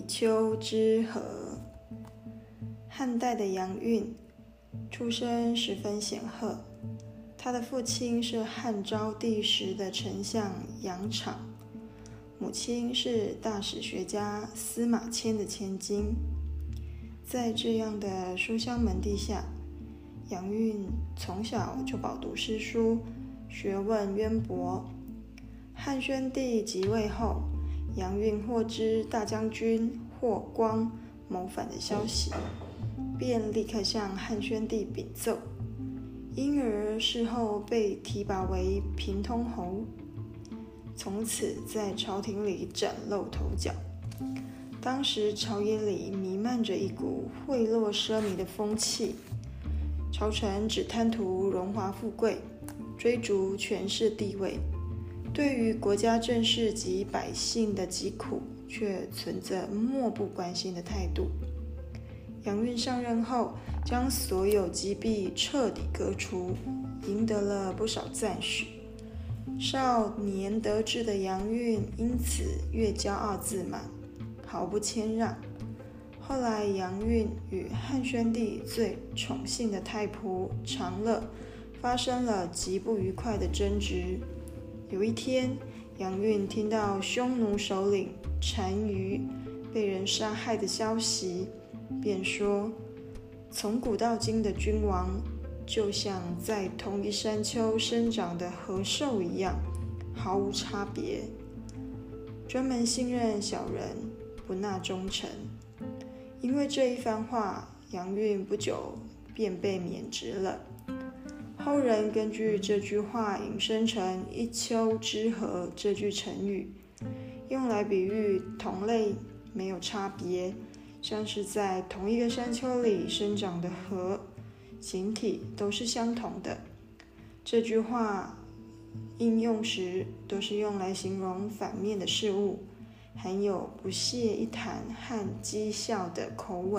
丘之貉。汉代的杨运出身十分显赫，他的父亲是汉昭帝时的丞相杨敞，母亲是大史学家司马迁的千金。在这样的书香门第下，杨运从小就饱读诗书，学问渊博。汉宣帝即位后，杨运获知大将军霍光谋反的消息，便立刻向汉宣帝禀奏，因而事后被提拔为平通侯，从此在朝廷里崭露头角。当时朝野里弥漫着一股贿赂奢靡的风气，朝臣只贪图荣华富贵，追逐权势地位，对于国家政事及百姓的疾苦却存着漠不关心的态度。杨运上任后，将所有积弊彻底革除，赢得了不少赞许。少年得志的杨运因此越骄傲自满，毫不谦让。后来杨运与汉宣帝最宠幸的太仆长乐发生了极不愉快的争执。有一天，杨运听到匈奴首领单于被人杀害的消息，便说，从古到今的君王就像在同一山丘生长的河兽一样，毫无差别，专门信任小人，不纳忠臣。因为这一番话，杨运不久便被免职了。后人根据这句话引申成一丘之貉这句成语，用来比喻同类没有差别，像是在同一个山丘里生长的貉，形体都是相同的。这句话应用时都是用来形容反面的事物，含有不屑一谈和讥笑的口吻。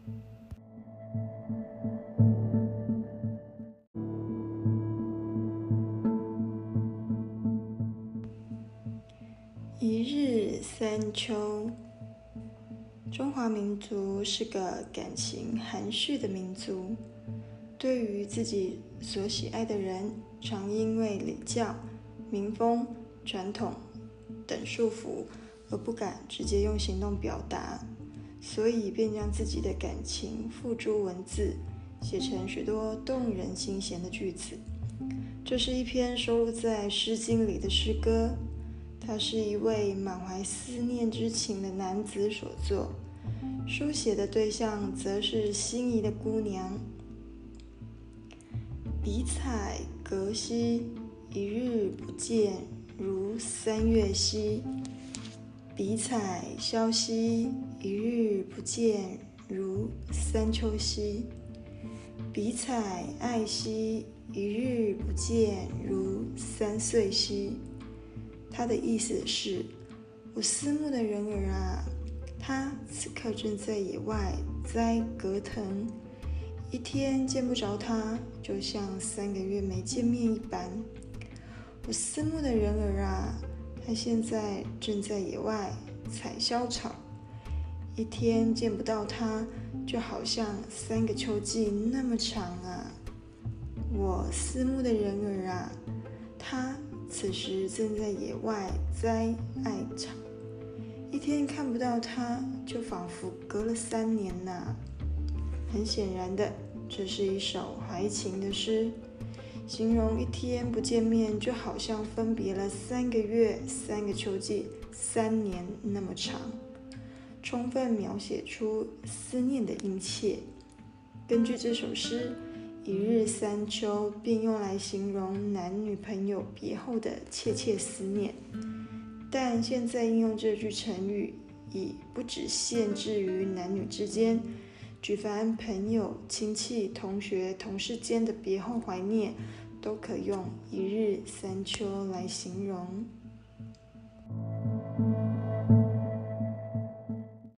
一日三秋。中华民族是个感情含蓄的民族，对于自己所喜爱的人，常因为礼教、民风、传统等束缚而不敢直接用行动表达，所以便将自己的感情付诸文字，写成许多动人心弦的句子。这是一篇收录在《诗经》里的诗歌，它是一位满怀思念之情的男子所作，书写的对象则是心仪的姑娘。比采舸兮，一日不见，如三月兮。比采萧兮，一日不见，如三秋兮。比采爱兮，一日不见，如三岁兮。他的意思是，我思慕的人儿啊，他此刻正在野外栽葛藤，一天见不着他，就像3个月没见面一般。我思慕的人儿啊，他现在正在野外采萧草，一天见不到他，就好像3个秋季那么长啊。我思慕的人儿啊，他此时正在野外栽艾草，一天看不到他，就仿佛隔了3年呐。很显然的，这是一首怀情的诗，形容一天不见面，就好像分别了3个月、3个秋季、3年那么长，充分描写出思念的殷切。根据这首诗，一日三秋便用来形容男女朋友别后的切切思念，但现在应用这句成语已不只限制于男女之间，举凡朋友、亲戚、同学、同事间的别后怀念，都可用一日三秋来形容。